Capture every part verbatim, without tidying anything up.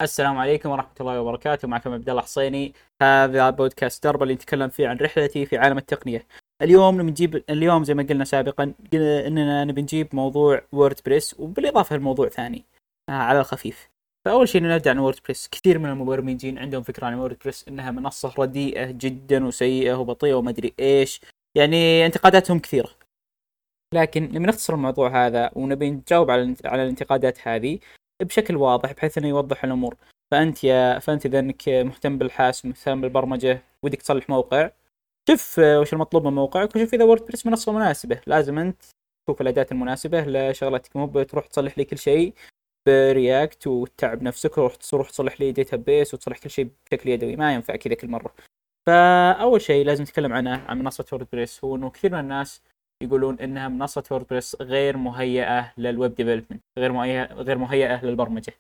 السلام عليكم ورحمة الله وبركاته. معكم عبد الله حصيني. هذا بودكاست درب اللي نتكلم فيه عن رحلتي في عالم التقنية. اليوم نجيب اليوم زي ما قلنا سابقا قلنا اننا نبي نجيب موضوع ووردبريس وبالاضافة لموضوع ثاني آه على الخفيف. فاول شيء نبدا عن ووردبريس. كثير من المبرمجين عندهم فكرة عن ووردبريس انها منصة رديئة جدا وسيئة وبطيئة وما ادري ايش، يعني انتقاداتهم كثيرة. لكن لما نختصر الموضوع هذا ونبي نجاوب على على الانتقادات هذه بشكل واضح بحيث انه يوضح الامور. فانت يا فانت اذا انك مهتم بالحاسب مهتم بالبرمجه ودك تصلح موقع، شوف وش المطلوب من موقعك وشوف اذا ووردبريس منصه مناسبه. لازم انت تشوف الاداه المناسبه لشغلتك، مو بتروح تصلح لي كل شيء برياكت وتتعب نفسك وتروح تروح تصلح لي داتابيس وتصلح كل شيء بشكل يدوي. ما ينفع كذا كل مره. فاول شيء لازم نتكلم عنه عن منصه ووردبريس هو انه كثير من الناس يقولون انها منصه ووردبريس غير مهيئه للويب ديفلوبمنت، غير مهيئه غير مهيئه للبرمجه.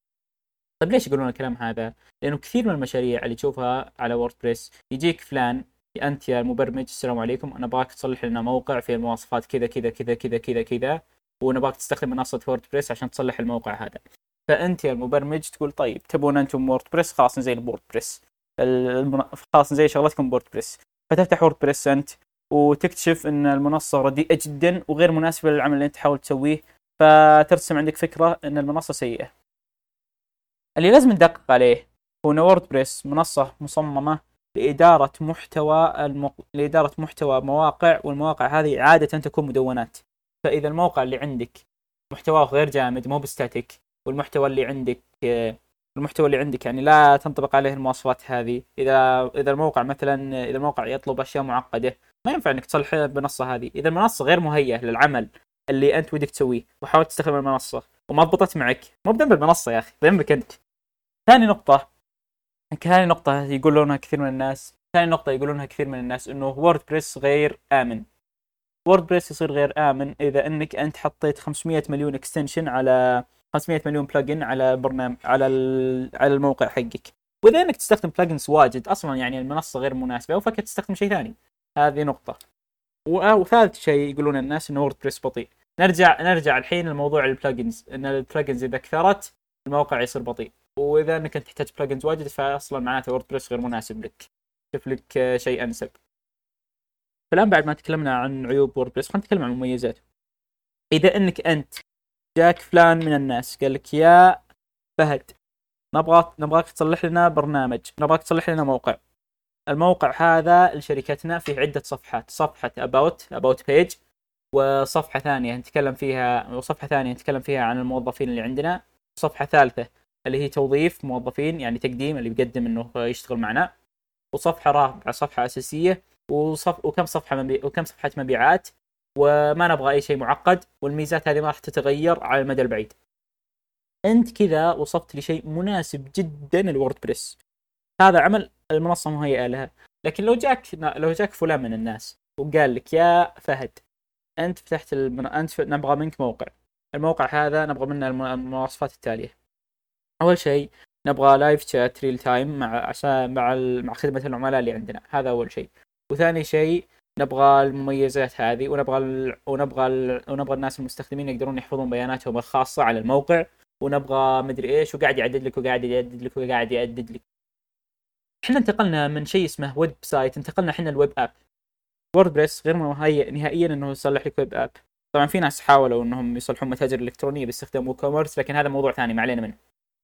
طيب ليش يقولون الكلام هذا؟ لانه كثير من المشاريع اللي تشوفها على ووردبريس يجيك فلان، انت يا المبرمج السلام عليكم، انا ابغاك تصلح لنا موقع فيه المواصفات كذا كذا كذا كذا كذا كذا، ونبغاك تستخدم منصه ووردبريس عشان تصلح الموقع هذا. فانت يا المبرمج تقول طيب تبون انتم ووردبريس، خلاص نزين بوردبريس، المن... خلاص نزين شغلتكم بوردبريس. فتفتح ووردبريس انت وتكتشف ان المنصه رديئه جدا وغير مناسبه للعمل اللي انت تحاول تسويه، فترسم عندك فكره ان المنصه سيئه. اللي لازم ندقق عليه هو ان ووردبريس منصة مصممة لإدارة محتوى المق... لإدارة محتوى مواقع، والمواقع هذه عادة تكون مدونات. فإذا الموقع اللي عندك محتواه غير جامد مو بستاتيك، والمحتوى اللي عندك المحتوى اللي عندك يعني لا تنطبق عليه المواصفات هذه، إذا إذا الموقع مثلا إذا الموقع يطلب أشياء معقدة، ما ينفع إنك تصلحها بالمنصة هذه. إذا المنصة غير مهيئة للعمل اللي أنت ودك تسويه وحاولت تستخدم المنصة وما ضبطت معك، مو بذنب المنصة يا أخي، ذنبك أنت. ثاني نقطة ثاني نقطة يقولونها كثير من الناس ثاني نقطة يقولونها كثير من الناس إنه ووردبريس غير آمن. ووردبريس يصير غير آمن إذا إنك أنت حطيت خمسمية مليون اكستنشن على خمسمية مليون بلجن على برنامج على على الموقع حقك، وإذا إنك تستخدم بلجنز واجد أصلا يعني المنصة غير مناسبة وفكر تستخدم شيء ثاني. هذه نقطة. وثالث شيء يقولون الناس إنه ووردبريس بطيء. نرجع نرجع الحين لموضوع البلجنز، إن البلجنز إذا كثرت الموقع يصير بطيء، واذا انك انت تحتاج بلجنز واجد فاصلا معناته ووردبريس غير مناسب لك. شوف لك شيء انسب. فالان بعد ما تكلمنا عن عيوب ووردبريس خلينا نتكلم عن مميزاته. اذا انك انت جاك فلان من الناس قال لك يا فهد نبغاك نبغاك تصلح لنا برنامج، نبغاك تصلح لنا موقع. الموقع هذا لشركتنا فيه عدة صفحات، صفحة about about page، وصفحة ثانية نتكلم فيها وصفحة ثانية نتكلم فيها عن الموظفين اللي عندنا، وصفحة ثالثة اللي هي توظيف موظفين يعني تقديم اللي بيقدم انه يشتغل معنا، وصفحة رابعة صفحة أساسية، وصف وكم صفحة مبي... وكم صفحة مبيعات. وما نبغى أي شيء معقد، والميزات هذه ما راح تتغير على المدى البعيد. أنت كذا وصفت لي شيء مناسب جدا الووردبريس، هذا عمل المنصة مهيئة لها. لكن لو جاك لو جاك فلان من الناس وقال لك يا فهد أنت فتحت المن... أنت نبغى منك موقع، الموقع هذا نبغى منه المواصفات التالية. أول شيء نبغى لايف شات ريل تايم مع عشان مع ال... مع خدمة العملاء اللي عندنا، هذا أول شيء. وثاني شيء نبغى المميزات هذه، ونبغى ال... ونبغى ال... ونبغى الناس المستخدمين يقدرون يحفظون بياناتهم الخاصة على الموقع، ونبغى مدري إيش، وقاعد يعدد لك وقاعد يعدد لك وقاعد يعدد لك. احنا انتقلنا من شيء اسمه ويب سايت، انتقلنا احنا الويب اب. ووردبريس غير مهيئ نهائيا انه يصلح لك ويب اب. طبعا في ناس حاولوا انهم يصلحون متاجر الكترونيه باستخدام ووكوميرس، لكن هذا موضوع ثاني ما علينا منه.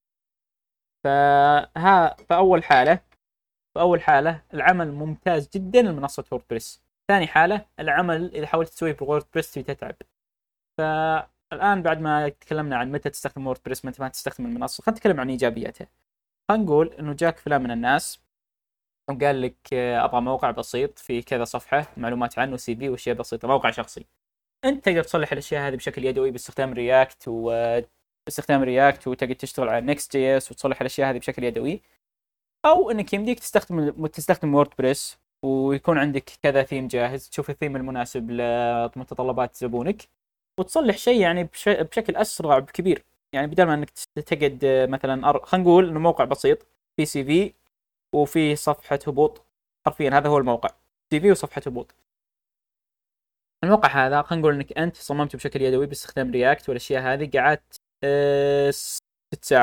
فها فاول حاله فاول حاله العمل ممتاز جدا المنصه ووردبريس. ثاني حاله العمل اذا حاولت تسويه بوردبريس تتعب. فالان بعد ما تكلمنا عن متى تستخدم ووردبريس متى ما تستخدم المنصه، خلينا نتكلم عن ايجابياتها. خلينا نقول انه جاك فلان من الناس وقال لك ابغى موقع بسيط في كذا صفحه معلومات عنه سي في واشياء بسيطه، موقع شخصي. انت تقدر تصلح الاشياء هذه بشكل يدوي باستخدام رياكت و باستخدام رياكت وتقدر تشتغل على نيكست جي اس وتصلح الاشياء هذه بشكل يدوي، او انك يمديك تستخدم تستخدم ووردبريس ويكون عندك كذا ثيم جاهز، تشوف الثيم المناسب لمتطلبات زبونك وتصلح شيء يعني بش... بشكل اسرع بكبير. يعني بدل ما انك تقعد مثلا أر... خلينا نقول انه موقع بسيط في سي في وفي صفحه هبوط، حرفيا هذا هو الموقع، سي في وصفحه هبوط. الموقع هذا خلينا نقول انك انت صممته بشكل يدوي باستخدام رياكت والاشياء هذه، قعدت أه ست ساعات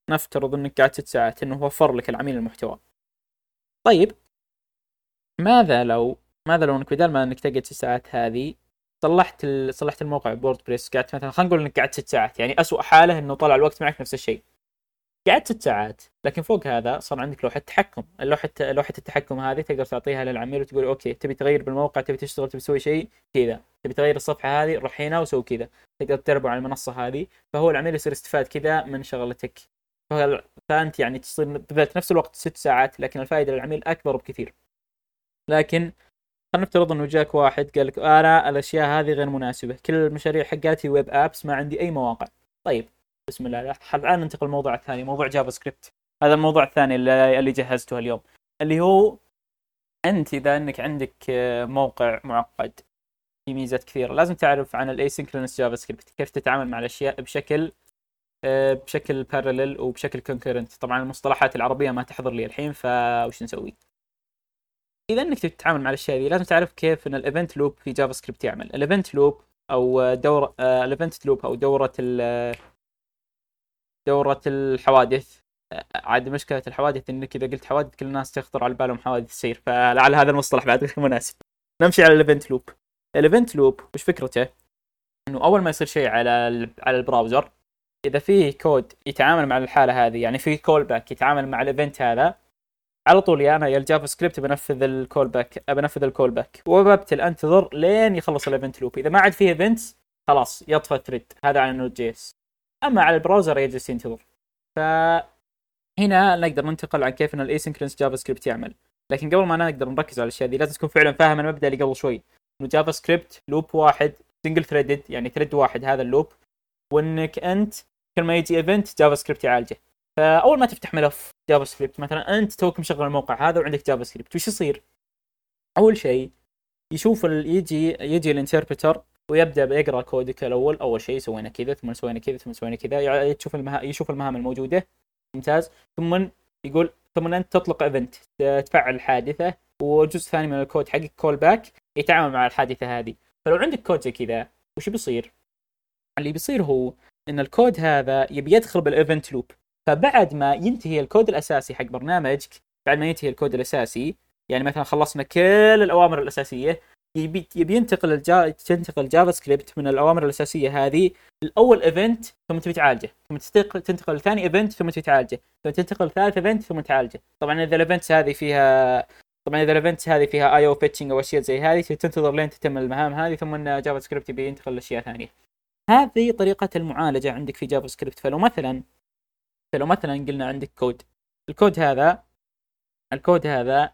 نفترض انك قاعد ست ساعات، انه وفر لك العميل المحتوى. طيب ماذا لو ماذا لو انك بدل ما انك تقعد ست ساعات هذه صلحت ال... صلحت الموقع بوردبريس، قعدت مثلا خلينا نقول انك قعدت ست ساعات، يعني اسوء حاله انه طلع الوقت معك نفس الشيء، قعدت ست ساعات، لكن فوق هذا صار عندك لوحة تحكم. اللوحة لوحة التحكم هذه تقدر تعطيها للعميل وتقول اوكي تبي تغير بالموقع، تبي تشتغل، تبي تسوي شيء كذا، تبي تغير الصفحة هذه روح هنا وسوي كذا، تقدر تتابع على المنصة هذه. فهو العميل يصير استفاد كذا من شغلتك. فهل... فانت يعني تصير بذات نفس الوقت ست ساعات، لكن الفائدة للعميل اكبر بكثير. لكن خلينا نفترض انه جاك واحد قال لك انا الاشياء هذه غير مناسبة، كل المشاريع حقاتي ويب ابس، ما عندي اي مواقع. طيب بسم الله، الان ننتقل للموضوع الثاني، موضوع جافا سكريبت. هذا الموضوع الثاني اللي, اللي جهزته اليوم، اللي هو انت اذا انك عندك موقع معقد في ميزات كثيره، لازم تعرف عن الاسynchronous جافا سكريبت، كيف تتعامل مع الاشياء بشكل بشكل بارلل وبشكل كونكورنت. طبعا المصطلحات العربيه ما تحضر لي الحين، فوش نسوي؟ اذا انك تتعامل مع الاشياء دي لازم تعرف كيف ان الايفنت لوب في جافا سكريبت يعمل. الايفنت لوب او دور الايفنت لوب او دوره دوره الحوادث. عاد مشكلة الحوادث انك اذا قلت حوادث كل الناس تخطر على بالهم حوادث السير، فلعل هذا المصطلح بعد غير مناسب. نمشي على الايفنت لوب. الايفنت لوب وش فكرته؟ انه اول ما يصير شيء على على البراوزر، اذا فيه كود يتعامل مع الحالة هذه، يعني فيه كول باك يتعامل مع الايفنت هذا، على طول يا انا يا الجافا سكريبت بنفذ الكول باك بنفذ الكول باك وببتل انتظر لين يخلص الايفنت لوب. اذا ما عاد فيه ايفنتس خلاص يطفى الثريد. هذا على نود جي اس. اما على البراوزر يجلس ينتظر. ف هنا نقدر ننتقل عن كيف ان الاسynchronous جافا سكريبت يعمل. لكن قبل ما نقدر نركز على الاشياء دي لازم تكون فعلا فاهم المبدا اللي قبل شوي، انه جافا سكريبت لوب واحد سنجل ثريدد، يعني ثريد واحد هذا اللوب، وانك انت كل ما يجي ايفنت جافا سكريبت يعالجه. فاول ما تفتح ملف جافا سكريبت مثلا، انت توك مشغل الموقع هذا وعندك جافا سكريبت، وش يصير؟ اول شيء يشوف ال... يجي يجي الانتربرتر ويبدا بيقرا كودك الاول. اول شيء سوينا كذا، ثم سوينا كذا، ثم سوينا كذا، يشوف المها... يشوف المهام الموجوده. ممتاز. ثم يقول ثم انت تطلق ايفنت تفعل الحادثه، وجزء ثاني من الكود حقك كول باك يتعامل مع الحادثه هذه. فلو عندك كود زي كذا وش بيصير؟ اللي بيصير هو ان الكود هذا يبي يدخل بالايفنت لوب. فبعد ما ينتهي الكود الاساسي حق برنامجك، بعد ما ينتهي الكود الاساسي، يعني مثلا خلصنا كل الاوامر الاساسيه، يبي يبي ينتقل الجا... تنتقل الجافا سكريبت من الاوامر الاساسيه هذه الاول ايفنت ثم تبي تعالجه، ثم تنتقل تنتقل لثاني ايفنت ثم تبي تعالجه، ثم تنتقل لثالث ايفنت ثم تعالجه. طبعا اذا الايفنتس هذه فيها طبعا اذا الايفنتس هذه فيها اي او فيتشنج او اشياء زي هذه، تنتظر لين تتم المهام هذه، ثم ان جافا سكريبت يبي ينتقل لاشياء ثانيه. هذه طريقه المعالجه عندك في جافا سكريبت. فلو مثلا فلو مثلا قلنا عندك كود، الكود هذا الكود هذا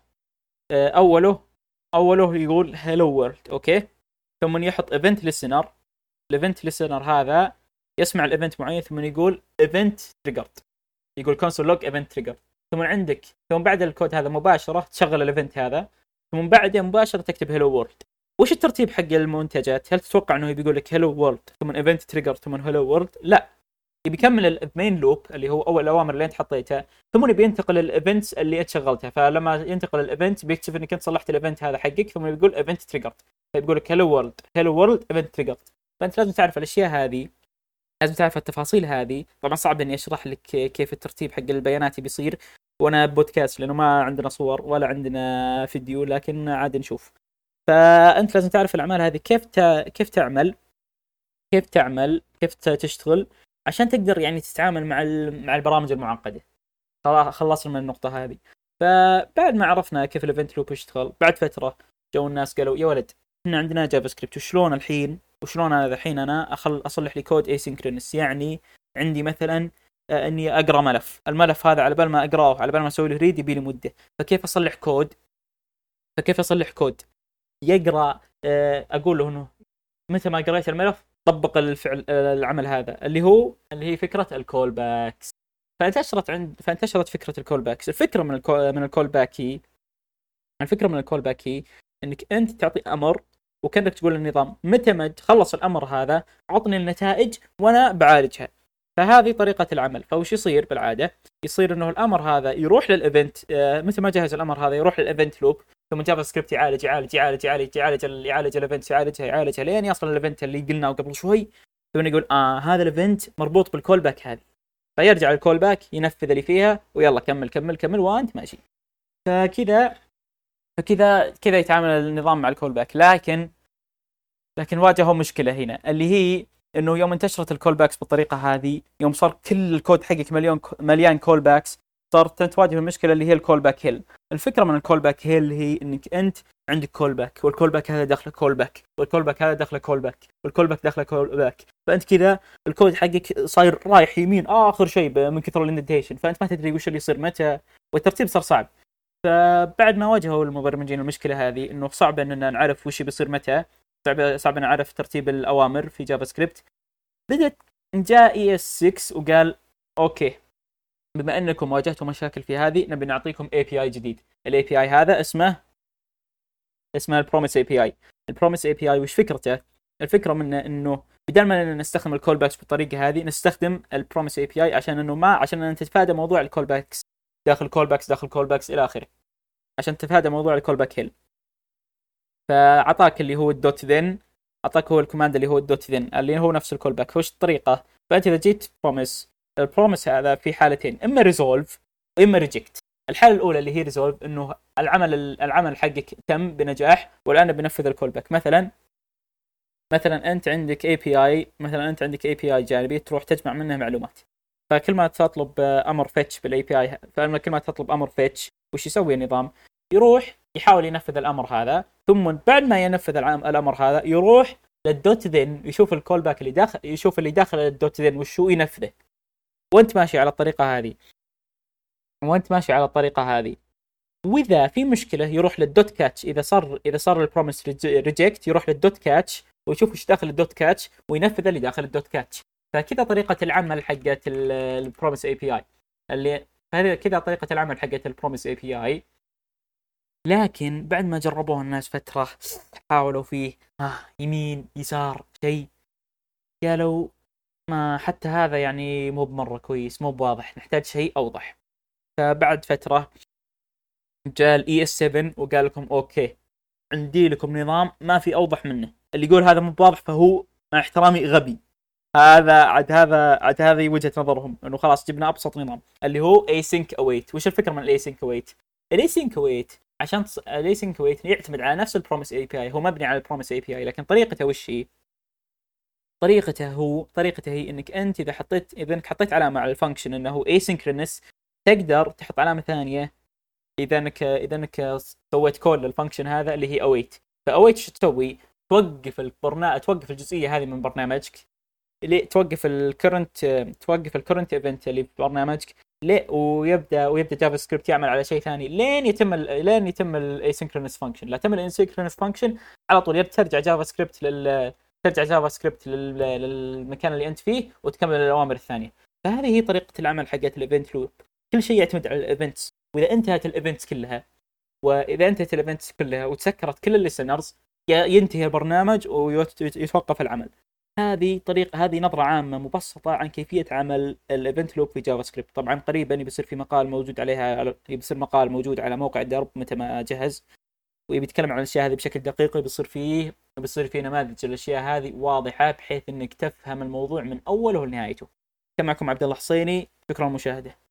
اوله اوله يقول هلو وورلد، اوكي، ثم يحط ايفنت ليسنر. الايفنت ليسنر هذا يسمع الايفنت معين، ثم يقول ايفنت تريجرد، يقول كونسول لوج ايفنت تريجر. ثم عندك ثم بعد الكود هذا مباشره تشغل الايفنت هذا، ثم بعده مباشره تكتب هلو وورلد. وش الترتيب حق المنتجات؟ هل تتوقع انه بيقول لك هلو وورلد ثم ايفنت تريجر ثم هلو وورلد؟ لا، يبي يكمل المين لوب اللي هو اول الاوامر اللي انت حطيتها، ثم يبي ينتقل للايفنتس اللي انت شغلتها. فلما ينتقل الايفنت بيكتشف انك انت صلحت الايفنت هذا حقك، ثم يقول ايفنت تريجرد، فيقول لك هلو وورلد هلو وورلد ايفنت تريجرد. فانت لازم تعرف الاشياء هذه، لازم تعرف التفاصيل هذه. طبعا صعب اني اشرح لك كيف الترتيب حق البيانات بيصير وانا بودكاست، لانه ما عندنا صور ولا عندنا فيديو، لكن عاد نشوف. فانت لازم تعرف الاعمال هذه كيف ت... كيف تعمل كيف تعمل كيف تشتغل عشان تقدر يعني تتعامل مع مع البرامج المعقده. خلصنا من النقطه هذه. فبعد ما عرفنا كيف الايفنت لوب يشتغل، بعد فتره جو الناس قالوا يا ولد احنا عندنا جافا سكريبت، وشلون الحين وشلون انا الحين انا أخل اصلح لي كود اسينكرونس؟ يعني عندي مثلا اني اقرا ملف، الملف هذا على بال ما اقراه على بال ما اسوي له ريد يبي لي مده. فكيف اصلح كود فكيف اصلح كود يقرا؟ اقول له انه متى ما قريت الملف طبق الفعل العمل هذا، اللي هو اللي هي فكره الكول باكس. فانتشرت عند فانتشرت فكره الكول باكس. الفكره من الكول من الكول باك هي الفكره من الكول باك هي انك انت تعطي امر وكانك تقول للنظام متى ما تخلص الامر هذا عطني النتائج وانا بعالجها. فهذه طريقه العمل. فوش يصير بالعاده؟ يصير انه الامر هذا يروح للايفنت، متى ما جهز الامر هذا يروح للايفنت لوب، ثم جافا سكريبت يعالج يعالج يعالج يعالج يعالج يعالج الايفنت يعالجها يعالجها لين يصل الايفنت اللي قلناه قبل شوي، ثم يقول اه هذا الايفنت مربوط بالكول باك هذه، فيرجع الكول باك ينفذ اللي فيها ويلا كمل كمل كمل وانت ماشي. فكذا فكذا كذا يتعامل النظام مع الكول باك. لكن لكن واجهوا مشكله هنا اللي هي انه يوم انتشرت الكول باكس بالطريقه هذه، يوم صار كل الكود حقك مليون مليان كول باكس، صارت تواجه المشكله اللي هي الكول باك هيل. الفكره من الكول باك هيل هي انك انت عندك كول باك، والكول باك هذا داخله كول باك، والكول باك هذا داخله كول باك، والكول باك داخله كول باك. فانت كذا الكود حقك صاير رايح يمين اخر شيء من كثر الاندنتيشن، فانت ما تدري وش اللي يصير متى، والترتيب صار صعب. فبعد ما واجهوا المبرمجين المشكله هذه انه صعب اننا نعرف وش بيصير متى، صعب صعب نعرف ترتيب الاوامر في جافا سكريبت، بدت جاء اي اس ستة وقال اوكي بما انكم واجهتوا مشاكل في هذه نبي نعطيكم اي بي اي جديد. الاي بي اي هذا اسمه اسمه البروميس اي بي اي. البروميس اي بي اي وش فكرته؟ الفكره منه انه بدل ما نستخدم الكول باكس بالطريقه هذه نستخدم البروميس اي بي اي عشان انه ما عشان نتفادى موضوع الكول باكس داخل كول باكس داخل كول باكس الى اخره، عشان تتفادى موضوع الكول باك هيل. فاعطاك اللي هو الدوت ذن، اعطاك هو الكوماند اللي هو الدوت ذن اللي هو نفس الكول باك. وش الطريقه؟ فانت اذا جيت بروميس، البروميس هذا في حالتين، اما ريزولف واما ريجكت. الحاله الاولى اللي هي ريزولف انه العمل العمل حقك تم بنجاح والان بنفذ الكول باك. مثلا مثلا انت عندك اي بي اي مثلا انت عندك اي بي اي جانبي تروح تجمع منه معلومات، فكل ما تطلب امر فيتش بالاي بي اي، فكل ما تطلب امر فيتش وش يسوي النظام؟ يروح يحاول ينفذ الامر هذا، ثم بعد ما ينفذ الامر هذا يروح للدوت ذن يشوف الكول باك اللي داخل، يشوف اللي داخل الدوت ذن وشو ينفذه. وانت ماشي على الطريقه هذه وانت ماشي على الطريقه هذه واذا في مشكله يروح للدوت كاتش. اذا صار اذا صار البروميس ريجكت يروح للدوت كاتش ويشوف ايش داخل الدوت كاتش وينفذ اللي داخل الدوت كاتش. فكذا طريقه العمل حقت البروميس اي بي اي اللي هذه كذا طريقه العمل حقت البروميس اي بي اي. لكن بعد ما جربوها الناس فتره حاولوا فيه آه يمين يسار شيء، قالوا ما حتى هذا يعني مو بمره كويس، مو بواضح، نحتاج شيء اوضح. فبعد فتره جاء الاي اس سبعة وقال لكم اوكي عندي لكم نظام ما في اوضح منه. اللي يقول هذا مو بواضح فهو مع احترامي غبي. هذا عاد هذا عاد هذه وجهه نظرهم انه خلاص جبنا ابسط نظام اللي هو async await. وش الفكره من الاسync await؟ الاسync await عشان تص... الاسync await يعتمد على نفس البروميس اي بي اي، هو مبني على البروميس اي بي اي، لكن طريقته وش هي؟ طريقته هو طريقته هي انك انت اذا حطيت اذا انك حطيت علامه على الفانكشن انه asynchronous تقدر تحط علامه ثانيه اذا انك اذا انك سويت كول للفانكشن هذا اللي هي await. فاويت شو تسوي؟ توقف البرنامج توقف الجزئيه هذه من برنامجك، اللي توقف الكرنت توقف الكرنت ايفنت اللي في برنامجك ليه، ويبدا ويبدا جافا سكريبت يعمل على شيء ثاني لين يتم ال لين يتم الاسynchronous فانكشن. لا تم الاسynchronous فانكشن على طول يبدا ترجع جافا سكريبت لل ترجع جافا سكريبت لل... للمكان اللي انت فيه وتكمل الاوامر الثانيه. فهذه هي طريقه العمل حقت الايفنت لوب. كل شيء يعتمد على الايفنتس، واذا انتهت الايفنتس كلها واذا انتهت الايفنتس كلها وتسكرت كل الليسنرز ينتهي البرنامج ويتوقف العمل. هذه طريقة هذه نظرة عامة مبسطة عن كيفية عمل الايفنت لوب في جافا سكريبت. طبعا قريبا بيصير في مقال موجود عليها بيصير مقال موجود على موقع الدرب متى ما جهز وبيتكلم عن الاشياء هذه بشكل دقيق، بيصير فيه بيصير فيه نماذج الاشياء هذه واضحة بحيث انك تفهم الموضوع من اوله لنهايته. كان معكم عبد الله حصيني، شكرا للمشاهدة.